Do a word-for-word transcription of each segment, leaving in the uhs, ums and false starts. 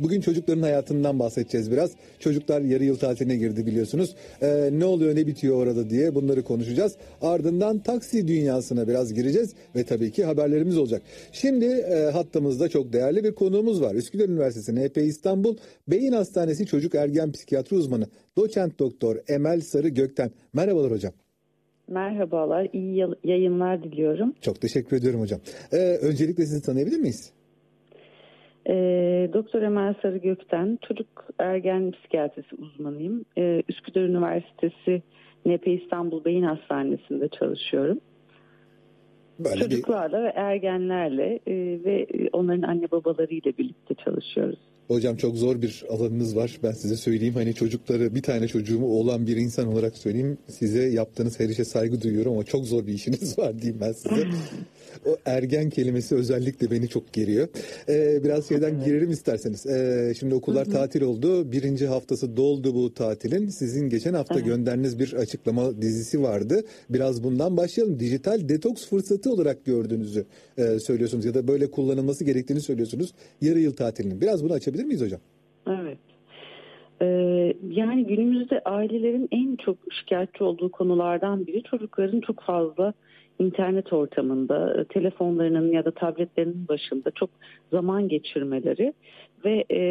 Bugün çocukların hayatından bahsedeceğiz biraz. Çocuklar yarı yıl tatiline girdi biliyorsunuz. Ee, ne oluyor ne bitiyor orada diye bunları konuşacağız. Ardından taksi dünyasına biraz gireceğiz ve tabii ki haberlerimiz olacak. Şimdi e, hattımızda çok değerli bir konuğumuz var. Üsküdar Üniversitesi N P İstanbul Beyin Hastanesi Çocuk Ergen Psikiyatri Uzmanı Doçent Doktor Emel Sarı Gökten. Merhabalar hocam. Merhabalar, iyi yayınlar diliyorum. Çok teşekkür ediyorum hocam. Ee, öncelikle sizi tanıyabilir miyiz? E, Doktor Emel Sarı Gökten, çocuk ergen psikiyatrisi uzmanıyım. E, Üsküdar Üniversitesi N P İstanbul Beyin Hastanesi'nde çalışıyorum. Böyle Çocuklarla bir... ve ergenlerle e, ve onların anne babalarıyla birlikte çalışıyoruz. Hocam çok zor bir alanınız var. Ben size söyleyeyim, hani çocukları, bir tane çocuğum olan bir insan olarak söyleyeyim. Size yaptığınız her işe saygı duyuyorum ama çok zor bir işiniz var diyeyim ben size. O ergen kelimesi özellikle beni çok geriyor. Ee, biraz şeyden evet. girelim isterseniz. Ee, şimdi okullar hı hı. tatil oldu. Birinci haftası doldu bu tatilin. Sizin geçen hafta evet. gönderdiğiniz bir açıklama dizisi vardı. Biraz bundan başlayalım. Dijital detoks fırsatı olarak gördüğünüzü e, söylüyorsunuz ya da böyle kullanılması gerektiğini söylüyorsunuz yarı yıl tatilinin. Biraz bunu açabilir miyiz hocam? Evet. Ee, yani günümüzde ailelerin en çok şikayetçi olduğu konulardan biri çocukların çok fazla internet ortamında, telefonlarının ya da tabletlerinin başında çok zaman geçirmeleri ve e,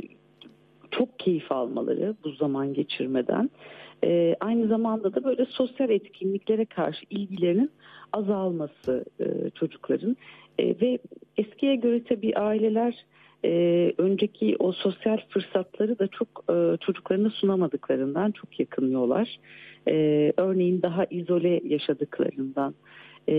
çok keyif almaları bu zaman geçirmeden. E, aynı zamanda da böyle sosyal etkinliklere karşı ilgilerinin azalması e, çocukların. E, ve eskiye göre tabii aileler e, önceki o sosyal fırsatları da çok e, çocuklarına sunamadıklarından çok yakınıyorlar. E, örneğin daha izole yaşadıklarından, e,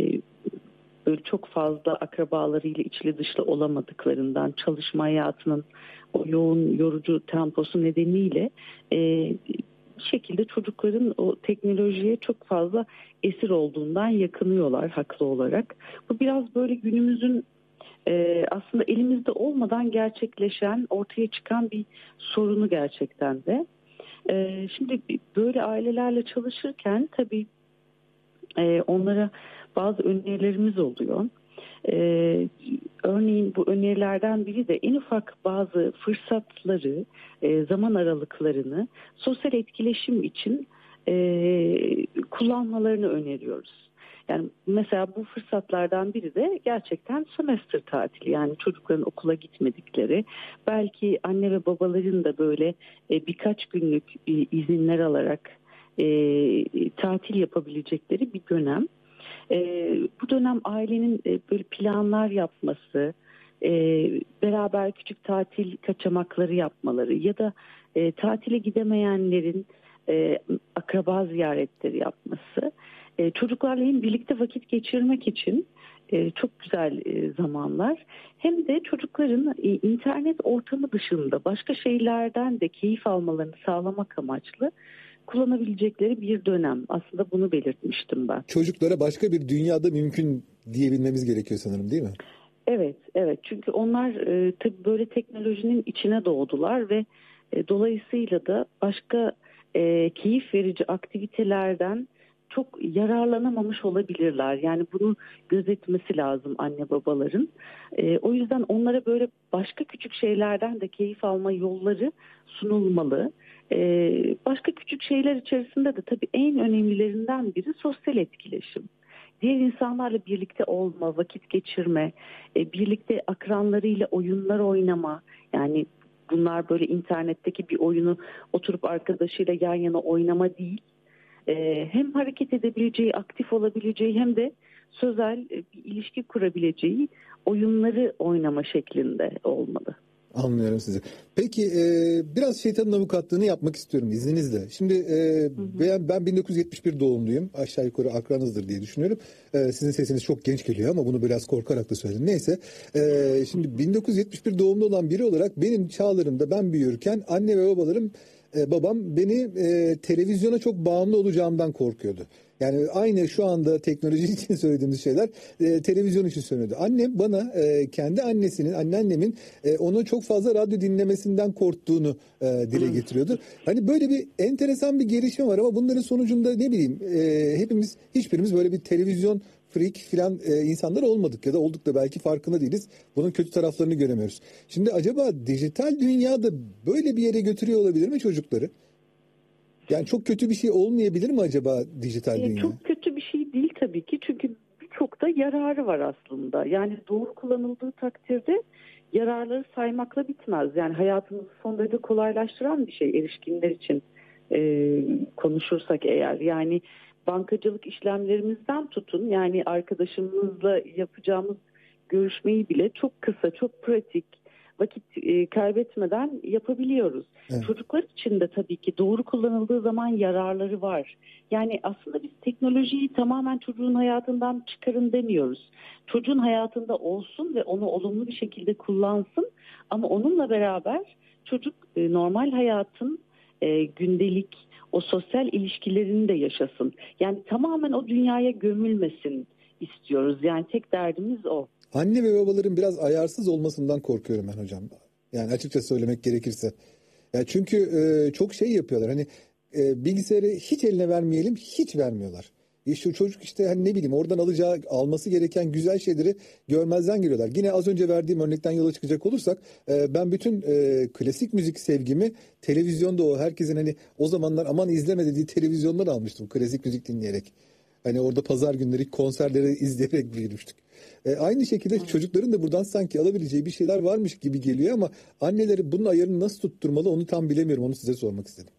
böyle çok fazla akrabalarıyla içli dışlı olamadıklarından, çalışma hayatının o yoğun yorucu temposu nedeniyle e, bir şekilde çocukların o teknolojiye çok fazla esir olduğundan yakınıyorlar haklı olarak. Bu biraz böyle günümüzün e, aslında elimizde olmadan gerçekleşen, ortaya çıkan bir sorunu gerçekten de. E, şimdi böyle ailelerle çalışırken tabii e, onlara bazı önerilerimiz oluyor. Ee, örneğin bu önerilerden biri de en ufak bazı fırsatları, e, zaman aralıklarını sosyal etkileşim için e, kullanmalarını öneriyoruz. Yani mesela bu fırsatlardan biri de gerçekten sömestr tatili, yani çocukların okula gitmedikleri, belki anne ve babaların da böyle e, birkaç günlük e, izinler alarak e, tatil yapabilecekleri bir dönem. Ee, bu dönem ailenin e, böyle planlar yapması, e, beraber küçük tatil kaçamakları yapmaları ya da e, tatile gidemeyenlerin e, akraba ziyaretleri yapması, e, çocuklarla hem birlikte vakit geçirmek için e, çok güzel e, zamanlar, hem de çocukların e, internet ortamı dışında başka şeylerden de keyif almalarını sağlamak amaçlı kullanabilecekleri bir dönem. Aslında bunu belirtmiştim ben. Çocuklara başka bir dünyada mümkün diyebilmemiz gerekiyor sanırım, değil mi? Evet, evet. Çünkü onlar e, tabii böyle teknolojinin içine doğdular ve e, dolayısıyla da başka e, keyif verici aktivitelerden çok yararlanamamış olabilirler. Yani bunu gözetmesi lazım anne babaların. E, o yüzden onlara böyle başka küçük şeylerden de keyif alma yolları sunulmalı. Ee, başka küçük şeyler içerisinde de tabii en önemlilerinden biri sosyal etkileşim. Diğer insanlarla birlikte olma, vakit geçirme, e, birlikte akranlarıyla oyunlar oynama. Yani bunlar böyle internetteki bir oyunu oturup arkadaşıyla yan yana oynama değil. E, hem hareket edebileceği, aktif olabileceği hem de sözel e, bir ilişki kurabileceği oyunları oynama şeklinde olmalı. Anlıyorum sizi. Peki e, biraz şeytanın avukatlığını yapmak istiyorum izninizle. Şimdi e, hı hı. ben, ben bin dokuz yüz yetmiş bir doğumluyum. Aşağı yukarı akranızdır diye düşünüyorum. E, sizin sesiniz çok genç geliyor ama bunu biraz korkarak da söyledim. Neyse. E, şimdi bin dokuz yüz yetmiş bir doğumlu olan biri olarak benim çağlarımda ben büyürken anne ve babalarım e, babam beni e, televizyona çok bağımlı olacağımdan korkuyordu. Yani aynı şu anda teknoloji için söylediğimiz şeyler e, televizyon için söylüyordu. Annem bana e, kendi annesinin, anneannemin e, onu çok fazla radyo dinlemesinden korktuğunu e, dile getiriyordu. Hani böyle bir enteresan bir gelişme var ama bunların sonucunda ne bileyim e, hepimiz, hiçbirimiz böyle bir televizyon freak falan e, insanlar olmadık ya da olduk da belki farkında değiliz. Bunun kötü taraflarını göremiyoruz. Şimdi acaba dijital dünyada böyle bir yere götürüyor olabilir mi çocukları? Yani çok kötü bir şey olmayabilir mi acaba dijital E, dünya? çok kötü bir şey değil tabii ki, çünkü birçok da yararı var aslında. Yani doğru kullanıldığı takdirde yararları saymakla bitmez. Yani hayatımızı son derece kolaylaştıran bir şey erişkinler için e, konuşursak eğer. Yani bankacılık işlemlerimizden tutun, yani arkadaşımızla yapacağımız görüşmeyi bile çok kısa, çok pratik, vakit e, kaybetmeden yapabiliyoruz. Evet. Çocuklar için de tabii ki doğru kullanıldığı zaman yararları var. Yani aslında biz teknolojiyi tamamen çocuğun hayatından çıkarın demiyoruz. Çocuğun hayatında olsun ve onu olumlu bir şekilde kullansın, ama onunla beraber çocuk e, normal hayatın e, gündelik o sosyal ilişkilerini de yaşasın. Yani tamamen o dünyaya gömülmesin istiyoruz. Yani tek derdimiz o. Anne ve babaların biraz ayarsız olmasından korkuyorum ben hocam. Yani açıkça söylemek gerekirse. Ya çünkü e, çok şey yapıyorlar. Hani e, bilgisayarı hiç eline vermeyelim, hiç vermiyorlar. E şu çocuk işte hani ne bileyim oradan alacağı, alması gereken güzel şeyleri görmezden geliyorlar. Yine az önce verdiğim örnekten yola çıkacak olursak e, ben bütün e, klasik müzik sevgimi televizyonda, o herkesin hani o zamanlar aman izleme dediği televizyondan almıştım klasik müzik dinleyerek. Hani orada pazar günleri konserleri izleyerek büyümüştük. E, aynı şekilde evet. Çocukların da buradan sanki alabileceği bir şeyler varmış gibi geliyor ama anneleri bunun ayarını nasıl tutturmalı onu tam bilemiyorum. Onu size sormak istedim.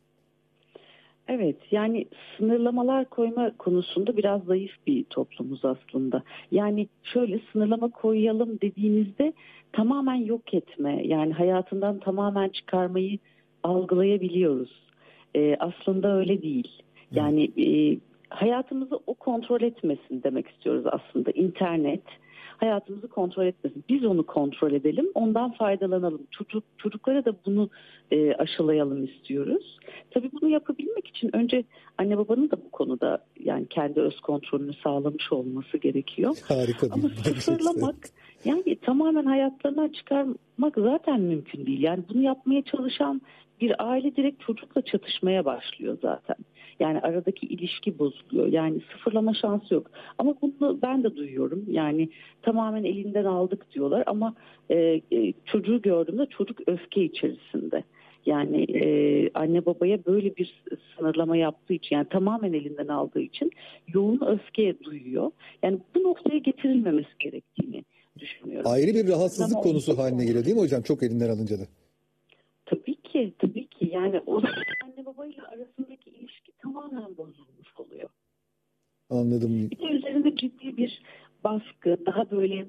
Evet, yani sınırlamalar koyma konusunda biraz zayıf bir toplumuz aslında. Yani şöyle, sınırlama koyalım dediğimizde tamamen yok etme, yani hayatından tamamen çıkarmayı algılayabiliyoruz. Ee, aslında öyle değil. Yani e, hayatımızı o kontrol etmesin demek istiyoruz aslında. İnternet hayatımızı kontrol etmesin. Biz onu kontrol edelim, ondan faydalanalım. Çocuk, çocuklara da bunu e, aşılayalım istiyoruz. Tabii bunu yapabilmek için önce anne babanın da bu konuda yani kendi öz kontrolünü sağlamış olması gerekiyor. Harika bir Ama sıfırlamak, yani tamamen hayatlarından çıkarmak zaten mümkün değil. Yani bunu yapmaya çalışan bir aile direkt çocukla çatışmaya başlıyor zaten. Yani aradaki ilişki bozuluyor. Yani sıfırlama şansı yok. Ama bunu ben de duyuyorum. Yani tamamen elinden aldık diyorlar ama e, e, çocuğu gördüğümde çocuk öfke içerisinde. Yani e, anne babaya böyle bir sınırlama yaptığı için, yani tamamen elinden aldığı için yoğun öfke duyuyor. Yani bu noktaya getirilmemesi gerektiğini düşünüyorum. Ayrı bir rahatsızlık Ama konusu haline geliyor değil mi hocam? Çok elinden alınca da. Tabii ki, tabii ki. Yani o anne babayla arasındaki ilişki tamamen bozulmuş oluyor. Anladım. Bir de üzerinde ciddi bir baskı, daha böyle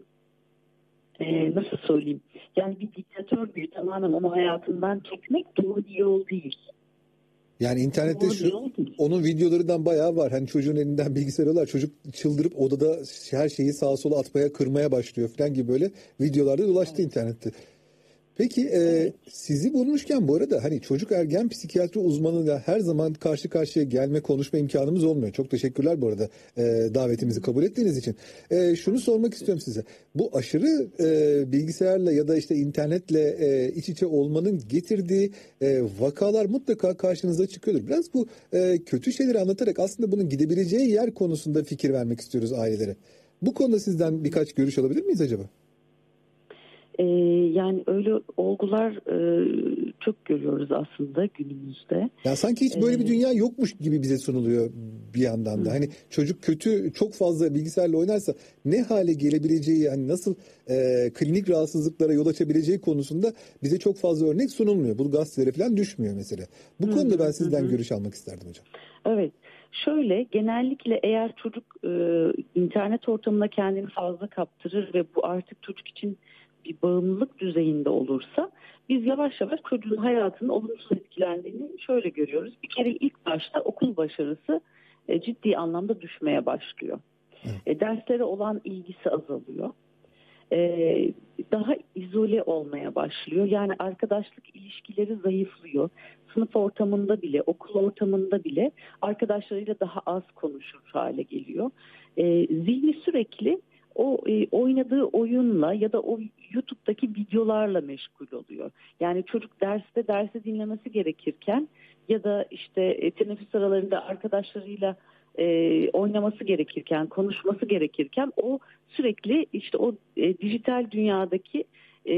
e, nasıl söyleyeyim? Yani bir diktatör gibi tamamen onu hayatından çekmek doğru bir yol değil. Yani internette doğru şu onun videolarından bayağı var. Hani çocuğun elinden bilgisayar alıyorlar. Çocuk çıldırıp odada her şeyi sağa sola atmaya, kırmaya başlıyor falan gibi böyle videolarda dolaştı evet. internette. Peki e, evet. sizi bulmuşken bu arada hani çocuk ergen psikiyatri uzmanıyla her zaman karşı karşıya gelme, konuşma imkanımız olmuyor. Çok teşekkürler bu arada e, davetimizi kabul ettiğiniz için. E, şunu sormak istiyorum size. Bu aşırı e, bilgisayarla ya da işte internetle e, iç içe olmanın getirdiği e, vakalar mutlaka karşınıza çıkıyordur. Biraz bu e, kötü şeyleri anlatarak aslında bunun gidebileceği yer konusunda fikir vermek istiyoruz ailelere. Bu konuda sizden birkaç görüş alabilir miyiz acaba? Ee, yani öyle olgular e, çok görüyoruz aslında günümüzde. Ya sanki hiç böyle bir dünya yokmuş gibi bize sunuluyor bir yandan da. Hı. Hani çocuk kötü çok fazla bilgisayarla oynarsa ne hale gelebileceği, yani nasıl e, klinik rahatsızlıklara yol açabileceği konusunda bize çok fazla örnek sunulmuyor. Bu gazetelere falan düşmüyor mesela. Bu hı konuda ben sizden hı. görüş almak isterdim hocam. Evet. Şöyle, genellikle eğer çocuk e, internet ortamına kendini fazla kaptırır ve bu artık çocuk için bir bağımlılık düzeyinde olursa biz yavaş yavaş çocuğun hayatının olumsuz etkilendiğini şöyle görüyoruz. Bir kere ilk başta okul başarısı e, ciddi anlamda düşmeye başlıyor. E, derslere olan ilgisi azalıyor. E, daha izole olmaya başlıyor. Yani arkadaşlık ilişkileri zayıflıyor. Sınıf ortamında bile, okul ortamında bile arkadaşlarıyla daha az konuşur hale geliyor. E, zihni sürekli o e, oynadığı oyunla ya da o YouTube'daki videolarla meşgul oluyor. Yani çocuk derste dersi dinlemesi gerekirken ya da işte e, teneffüs aralarında arkadaşlarıyla e, oynaması gerekirken, konuşması gerekirken o sürekli işte o e, dijital dünyadaki e,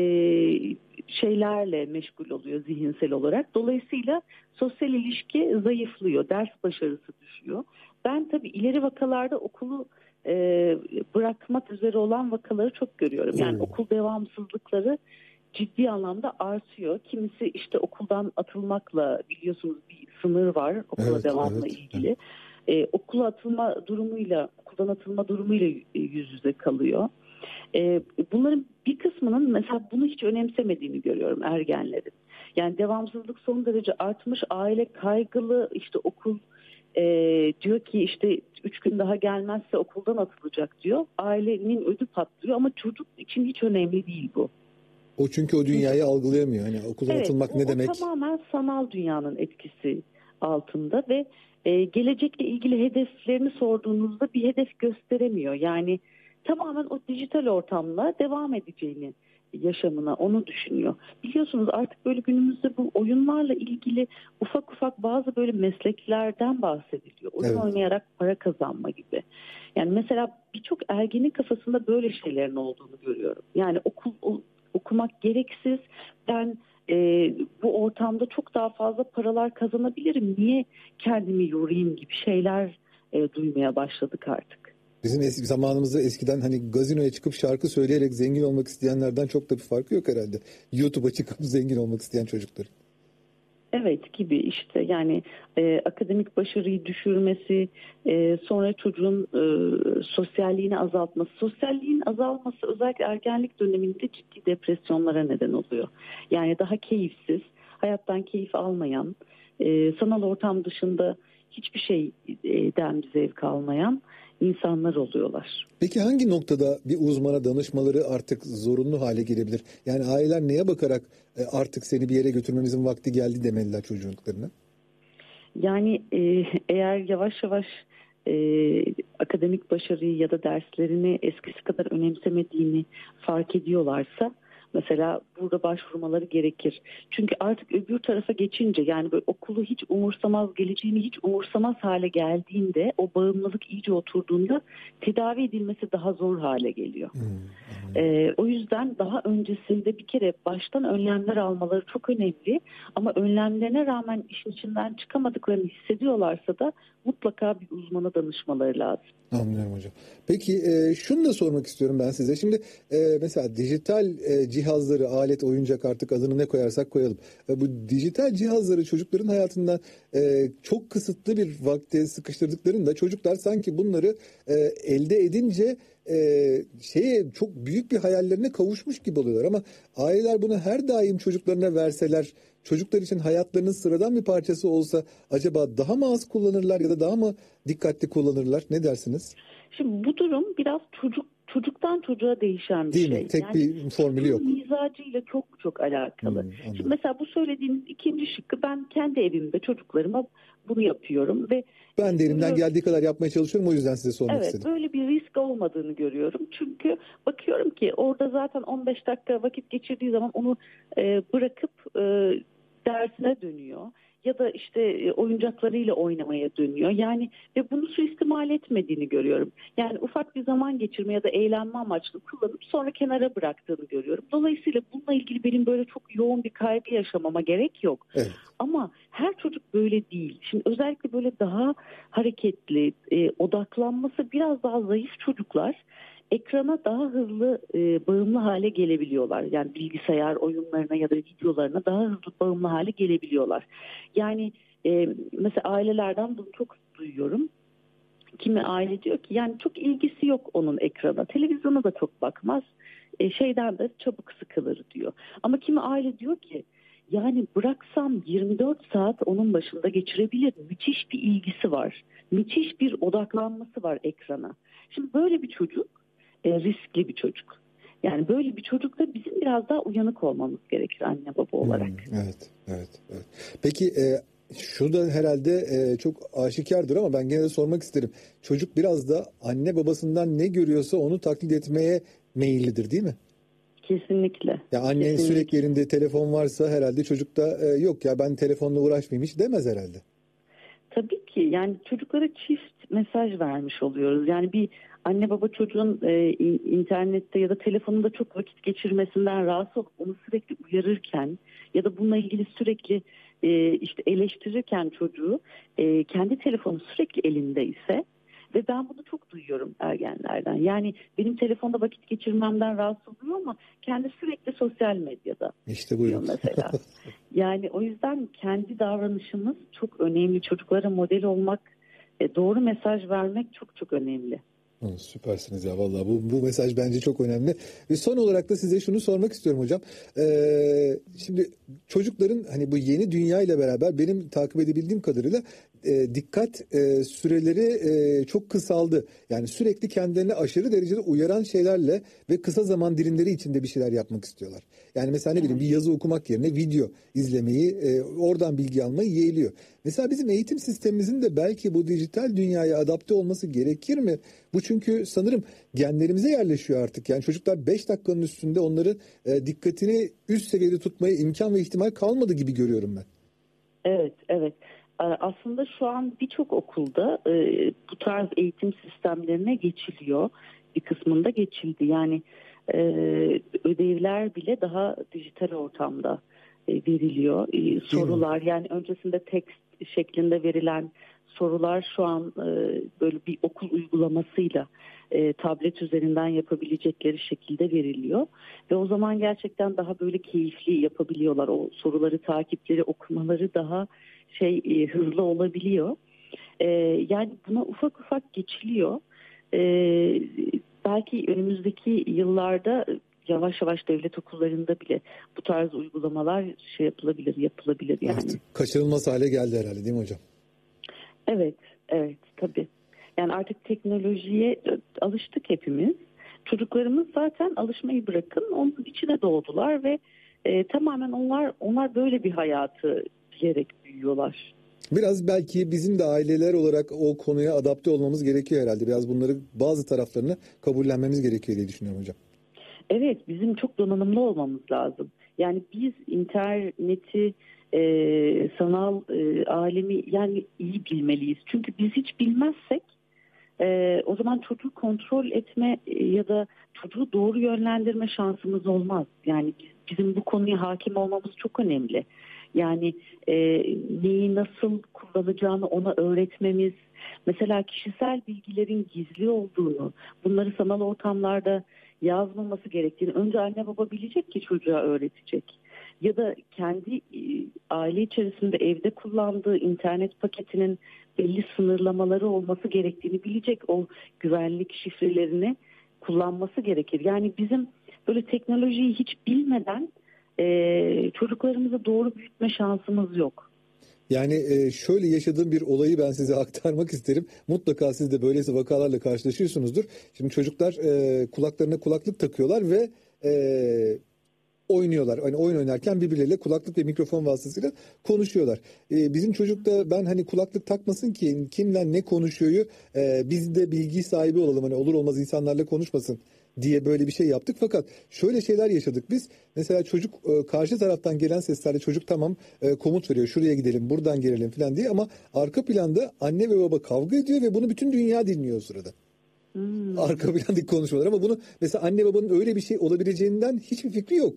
şeylerle meşgul oluyor zihinsel olarak. Dolayısıyla sosyal ilişki zayıflıyor, ders başarısı düşüyor. Ben tabii ileri vakalarda okulu e, bırakmak üzere olan vakaları çok görüyorum. Yani hmm. okul devamsızlıkları ciddi anlamda artıyor. Kimisi işte okuldan atılmakla, biliyorsunuz bir sınır var okula evet, devamla evet, ilgili. Evet. Ee, okula atılma durumuyla, okuldan atılma durumuyla yüz yüze kalıyor. Ee, bunların bir kısmının mesela bunu hiç önemsemediğini görüyorum ergenlerin. Yani devamsızlık son derece artmış, aile kaygılı, işte okul e, diyor ki işte üç gün daha gelmezse okuldan atılacak diyor. Ailenin ödü patlıyor ama çocuk için hiç önemli değil bu. O çünkü o dünyayı algılayamıyor. Hani okuldan evet, atılmak o, ne demek? Evet, tamamen sanal dünyanın etkisi altında ve e, gelecekle ilgili hedeflerini sorduğunuzda bir hedef gösteremiyor. Yani tamamen o dijital ortamla devam edeceğini, yaşamına onu düşünüyor. Biliyorsunuz artık böyle günümüzde bu oyunlarla ilgili ufak ufak bazı böyle mesleklerden bahsediliyor. Oyun evet. oynayarak para kazanma gibi. Yani mesela birçok ergenin kafasında böyle şeylerin olduğunu görüyorum. Yani okul okumak gereksiz. Ben e, bu ortamda çok daha fazla paralar kazanabilirim. Niye kendimi yorayım gibi şeyler e, duymaya başladık artık. Bizim eski zamanımızda eskiden hani gazinoya çıkıp şarkı söyleyerek zengin olmak isteyenlerden çok da bir farkı yok herhalde. YouTube'a çıkıp zengin olmak isteyen çocuklar. Evet gibi işte yani e, akademik başarıyı düşürmesi, e, sonra çocuğun e, sosyalliğini azaltması. Sosyalliğin azalması özellikle ergenlik döneminde ciddi depresyonlara neden oluyor. Yani daha keyifsiz, hayattan keyif almayan, e, sanal ortam dışında hiçbir şeyden zevk almayan insanlar oluyorlar. Peki hangi noktada bir uzmana danışmaları artık zorunlu hale gelebilir? Yani aileler neye bakarak artık seni bir yere götürmemizin vakti geldi demeliler çocuklarına? Yani e, eğer yavaş yavaş e, akademik başarıyı ya da derslerini eskisi kadar önemsemediğini fark ediyorlarsa mesela burada başvurmaları gerekir. Çünkü artık öbür tarafa geçince yani böyle okulu hiç umursamaz, geleceğini hiç umursamaz hale geldiğinde o bağımlılık iyice oturduğunda tedavi edilmesi daha zor hale geliyor. Hmm, ee, o yüzden daha öncesinde bir kere baştan önlemler almaları çok önemli. Ama önlemlerine rağmen işin içinden çıkamadıklarını hissediyorlarsa da mutlaka bir uzmana danışmaları lazım. Anlıyorum hocam. Peki e, şunu da sormak istiyorum ben size. Şimdi e, mesela dijital e, cihazları, alet, oyuncak artık adını ne koyarsak koyalım. E, bu dijital cihazları çocukların hayatından e, çok kısıtlı bir vakte sıkıştırdıklarında çocuklar sanki bunları e, elde edince e, şeye çok büyük bir hayallerine kavuşmuş gibi oluyorlar. Ama aileler bunu her daim çocuklarına verseler, çocuklar için hayatlarının sıradan bir parçası olsa acaba daha mı az kullanırlar ya da daha mı dikkatli kullanırlar? Ne dersiniz? Şimdi bu durum biraz çocuk çocuktan çocuğa değişen bir Değil şey. Mi? Tek yani bir formülü yok. Mizacıyla çok çok alakalı. Hmm, Şimdi mesela bu söylediğiniz ikinci şıkkı ben kendi evimde çocuklarıma bunu yapıyorum ve ben de elimden geldiği kadar yapmaya çalışıyorum, o yüzden size sormak evet, istedim. Evet, böyle bir risk olmadığını görüyorum. Çünkü bakıyorum ki orada zaten on beş dakika vakit geçirdiği zaman onu e, bırakıp e, dersine dönüyor. Ya da işte oyuncaklarıyla oynamaya dönüyor. Yani ve bunu suistimal etmediğini görüyorum. Yani ufak bir zaman geçirme ya da eğlenme amaçlı kullanıp sonra kenara bıraktığını görüyorum. Dolayısıyla bununla ilgili benim böyle çok yoğun bir kaygı yaşamama gerek yok. Evet. Ama her çocuk böyle değil. Şimdi özellikle böyle daha hareketli, e, odaklanması biraz daha zayıf çocuklar ekrana daha hızlı e, bağımlı hale gelebiliyorlar. Yani bilgisayar oyunlarına ya da videolarına daha hızlı bağımlı hale gelebiliyorlar. Yani e, mesela ailelerden bunu çok duyuyorum. Kimi aile diyor ki yani çok ilgisi yok onun ekrana. Televizyona da çok bakmaz. E, şeyden de çabuk sıkılır diyor. Ama kimi aile diyor ki yani bıraksam yirmi dört saat onun başında geçirebilir. Müthiş bir ilgisi var. Müthiş bir odaklanması var ekrana. Şimdi böyle bir çocuk E, riskli bir çocuk. Yani böyle bir çocukta bizim biraz daha uyanık olmamız gerekir anne baba olarak. Hmm, evet, evet, evet. Peki e, şu da herhalde e, çok aşikardır ama ben gene de sormak isterim. Çocuk biraz da anne babasından ne görüyorsa onu taklit etmeye meyillidir, değil mi? Kesinlikle. Ya anne kesinlikle. Sürekli elinde telefon varsa herhalde çocukta e, yok ya ben telefonla uğraşmayayım hiç demez herhalde. Tabii ki yani çocuklara çift mesaj vermiş oluyoruz. Yani bir anne baba çocuğun e, internette ya da telefonunda çok vakit geçirmesinden rahatsız olup onu sürekli uyarırken ya da bununla ilgili sürekli e, işte eleştirirken çocuğu e, kendi telefonu sürekli elinde ise ve ben bunu çok duyuyorum ergenlerden. Yani benim telefonda vakit geçirmemden rahatsız oluyor ama kendi sürekli sosyal medyada. İşte buyurun. Mesela. Yani o yüzden kendi davranışımız çok önemli. Çocuklara model olmak, doğru mesaj vermek çok çok önemli. Hı, süpersiniz ya vallahi bu, bu mesaj bence çok önemli. Ve son olarak da size şunu sormak istiyorum hocam. Ee, şimdi çocukların hani bu yeni dünya ile beraber benim takip edebildiğim kadarıyla e, dikkat e, süreleri e, çok kısaldı. Yani sürekli kendilerini aşırı derecede uyaran şeylerle ve kısa zaman dilimleri içinde bir şeyler yapmak istiyorlar. Yani mesela ne bileyim bir yazı okumak yerine video izlemeyi, e, oradan bilgi almayı yeğliyor. Mesela bizim eğitim sistemimizin de belki bu dijital dünyaya adapte olması gerekir mi? Bu çünkü sanırım genlerimize yerleşiyor artık. Yani çocuklar beş dakikanın üstünde onların e, dikkatini üst seviyede tutmaya imkan ve ihtimal kalmadı gibi görüyorum ben. Evet, evet. Aslında şu an birçok okulda e, bu tarz eğitim sistemlerine geçiliyor. Bir kısmında geçildi. Yani e, ödevler bile daha dijital ortamda e, veriliyor. E, sorular yani öncesinde tekst şeklinde verilen sorular şu an e, böyle bir okul uygulamasıyla e, tablet üzerinden yapabilecekleri şekilde veriliyor. Ve o zaman gerçekten daha böyle keyifli yapabiliyorlar. O soruları takipleri, okumaları daha şey e, hızlı olabiliyor. E, yani buna ufak ufak geçiliyor. E, belki önümüzdeki yıllarda yavaş yavaş devlet okullarında bile bu tarz uygulamalar şey yapılabilir, yapılabilir yani. Artık kaçınılmaz hale geldi herhalde değil mi hocam? Evet, evet tabii. Yani artık teknolojiye alıştık hepimiz. Çocuklarımız zaten alışmayı bırakın, onun içine doğdular ve e, tamamen onlar onlar böyle bir hayatı bilerek büyüyorlar. Biraz belki bizim de aileler olarak o konuya adapte olmamız gerekiyor herhalde. Biraz bunları bazı taraflarını kabullenmemiz gerekiyor diye düşünüyorum hocam. Evet, bizim çok donanımlı olmamız lazım. Yani biz interneti, e, sanal e, alemi yani iyi bilmeliyiz. Çünkü biz hiç bilmezsek e, o zaman çocuğu kontrol etme e, ya da çocuğu doğru yönlendirme şansımız olmaz. Yani bizim bu konuya hakim olmamız çok önemli. Yani e, neyi nasıl kullanacağını ona öğretmemiz, mesela kişisel bilgilerin gizli olduğunu, bunları sanal ortamlarda yazmaması gerektiğini önce anne baba bilecek ki çocuğa öğretecek. Ya da kendi e, aile içerisinde evde kullandığı internet paketinin belli sınırlamaları olması gerektiğini bilecek. O güvenlik şifrelerini kullanması gerekir. Yani bizim böyle teknolojiyi hiç bilmeden e, çocuklarımızı doğru büyütme şansımız yok. Yani e, şöyle yaşadığım bir olayı ben size aktarmak isterim. Mutlaka siz de böylesi vakalarla karşılaşıyorsunuzdur. Şimdi çocuklar e, kulaklarına kulaklık takıyorlar ve e, oynuyorlar. Hani oyun oynarken birbirleriyle kulaklık ve mikrofon vasıtasıyla konuşuyorlar. Ee, bizim çocuk da ben hani kulaklık takmasın ki kimle ne konuşuyor e, biz de bilgi sahibi olalım. Hani olur olmaz insanlarla konuşmasın diye böyle bir şey yaptık. Fakat şöyle şeyler yaşadık biz. Mesela çocuk e, karşı taraftan gelen seslerle çocuk tamam e, komut veriyor. Şuraya gidelim, buradan gelelim falan diye ama arka planda anne ve baba kavga ediyor ve bunu bütün dünya dinliyor o sırada. Hmm. Arka plandaki konuşmalar ama bunu mesela anne babanın öyle bir şey olabileceğinden hiçbir fikri yok.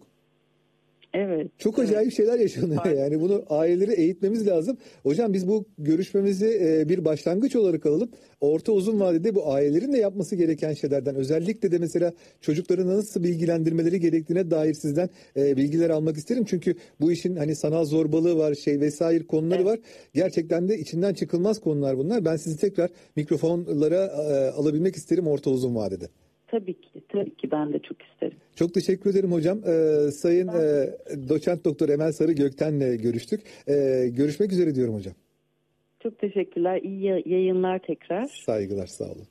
Evet. Çok acayip evet. şeyler yaşanıyor. Aynen. Yani bunu aileleri eğitmemiz lazım. Hocam biz bu görüşmemizi bir başlangıç olarak alalım. Orta uzun vadede bu ailelerin de yapması gereken şeylerden özellikle de mesela çocukları nasıl bilgilendirmeleri gerektiğine dair sizden bilgiler almak isterim. Çünkü bu işin hani sanal zorbalığı var, şey vesaire konuları evet. var. Gerçekten de içinden çıkılmaz konular bunlar. Ben sizi tekrar mikrofonlara alabilmek isterim orta uzun vadede. Tabii ki, tabii ki ben de çok isterim. Çok teşekkür ederim hocam. Ee, Sayın e, Doçent Doktor Emel Sarı Gökten'le görüştük. Ee, görüşmek üzere diyorum hocam. Çok teşekkürler. İyi yayınlar tekrar. Saygılar, sağ olun.